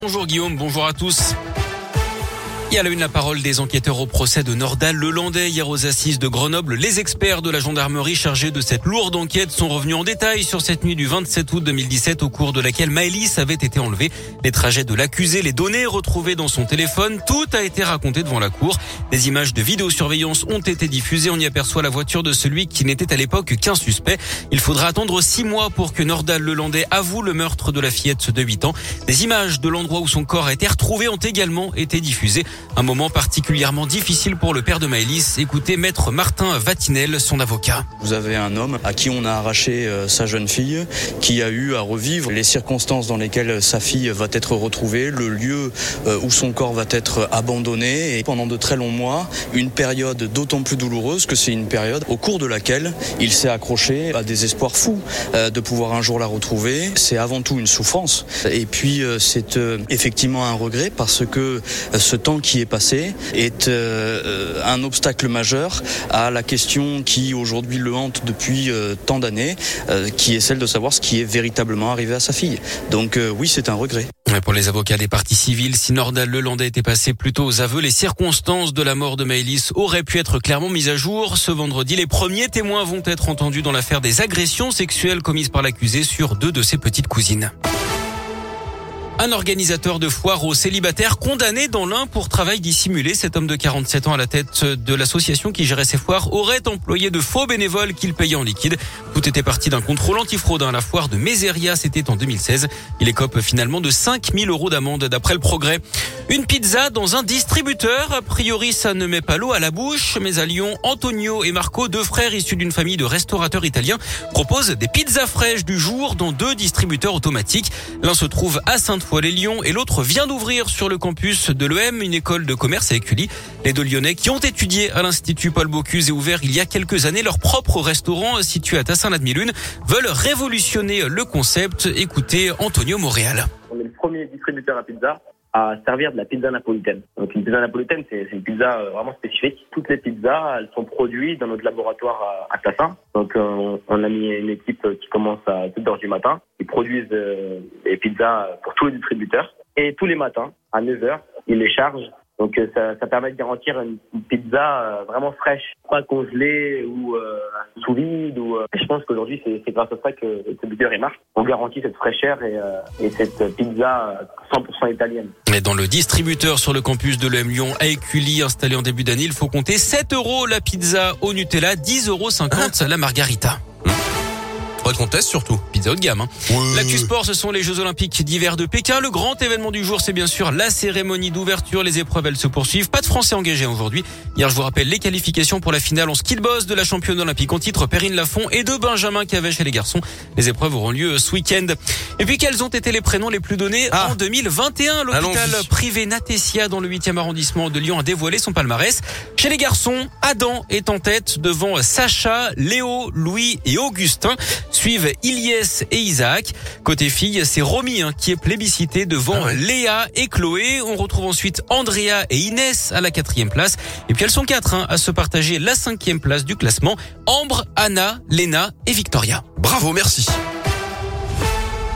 Bonjour Guillaume, bonjour à tous. Et à la une, la parole des enquêteurs au procès de Nordal-Lelandais hier aux assises de Grenoble. Les experts de la gendarmerie chargés de cette lourde enquête sont revenus en détail sur cette nuit du 27 août 2017 au cours de laquelle Maëlys avait été enlevée. Les trajets de l'accusé, les données retrouvées dans son téléphone, tout a été raconté devant la cour. Des images de vidéosurveillance ont été diffusées. On y aperçoit la voiture de celui qui n'était à l'époque qu'un suspect. Il faudra attendre 6 mois pour que Nordal-Lelandais avoue le meurtre de la fillette de 8 ans. Des images de l'endroit où son corps a été retrouvé ont également été diffusées. Un moment particulièrement difficile pour le père de Maëlys. Écoutez Maître Martin Vatinel, son avocat. Vous avez un homme à qui on a arraché sa jeune fille, qui a eu à revivre les circonstances dans lesquelles sa fille va être retrouvée, le lieu où son corps va être abandonné, et pendant de très longs mois, une période d'autant plus douloureuse que c'est une période au cours de laquelle il s'est accroché à des espoirs fous de pouvoir un jour la retrouver. C'est avant tout une souffrance, et puis c'est effectivement un regret parce que ce temps qui est passé est un obstacle majeur à la question qui aujourd'hui le hante depuis tant d'années, qui est celle de savoir ce qui est véritablement arrivé à sa fille. Donc oui, c'est un regret. Pour les avocats des parties civiles, si Nordal-Lelandais était passé plutôt aux aveux, les circonstances de la mort de Maëlys auraient pu être clairement mises à jour. Ce vendredi, les premiers témoins vont être entendus dans l'affaire des agressions sexuelles commises par l'accusé sur 2 de ses petites cousines. Un organisateur de foire aux célibataires condamné dans l'Ain pour travail dissimulé. Cet homme de 47 ans à la tête de l'association qui gérait ces foires aurait employé de faux bénévoles qu'il payait en liquide. Tout était parti d'un contrôle antifraude à la foire de Mézeria, c'était en 2016. Il écope finalement de 5 000 € d'amende d'après le Progrès. Une pizza dans un distributeur. A priori, ça ne met pas l'eau à la bouche. Mais à Lyon, Antonio et Marco, 2 frères issus d'une famille de restaurateurs italiens, proposent des pizzas fraîches du jour dans 2 distributeurs automatiques. L'un se trouve à Sainte-Foy-les-Lyons et l'autre vient d'ouvrir sur le campus de l'EM, une école de commerce à Écully. Les 2 Lyonnais qui ont étudié à l'Institut Paul Bocuse et ouvert il y a quelques années leur propre restaurant situé à Tassin-la-Demi-Lune veulent révolutionner le concept. Écoutez Antonio Montréal. On est le premier distributeur à pizza à servir de la pizza napolitaine. Donc une pizza napolitaine, c'est une pizza vraiment spécifique. Toutes les pizzas, elles sont produites dans notre laboratoire à Tassin. Donc on a mis une équipe qui commence à 2h du matin. Ils produisent des pizzas pour tous les distributeurs. Et tous les matins, à 9h, ils les chargent. Donc ça permet de garantir une pizza vraiment fraîche, pas congelée ou sous vide. Je pense qu'aujourd'hui c'est grâce à ça que le distributeur marche. On garantit cette fraîcheur et cette pizza 100% italienne. Et dans le distributeur sur le campus de l'EM Lyon à Écully, installé en début d'année, il faut compter 7 € la pizza au Nutella, 10,50 € la margarita. Faudrait qu'on teste surtout. Pizza haut de gamme. Oui. L'actu sport, ce sont les Jeux Olympiques d'hiver de Pékin. Le grand événement du jour, c'est bien sûr la cérémonie d'ouverture. Les épreuves, elles se poursuivent. Pas de Français engagés aujourd'hui. Hier, je vous rappelle les qualifications pour la finale en ski de boss de la championne olympique en titre Perrine Lafont et de Benjamin Cavet chez les garçons. Les épreuves auront lieu ce week-end. Et puis, quels ont été les prénoms les plus donnés en 2021? L'hôpital privé Natessia dans le 8e arrondissement de Lyon a dévoilé son palmarès. Chez les garçons, Adam est en tête devant Sacha, Léo, Louis et Augustin. Suivent Ilyes et Isaac. Côté filles, c'est Romy qui est plébiscité devant Léa et Chloé. On retrouve ensuite Andrea et Inès à la 4e place. Et puis elles sont 4 à se partager la 5e place du classement. Ambre, Anna, Léna et Victoria. Bravo, merci.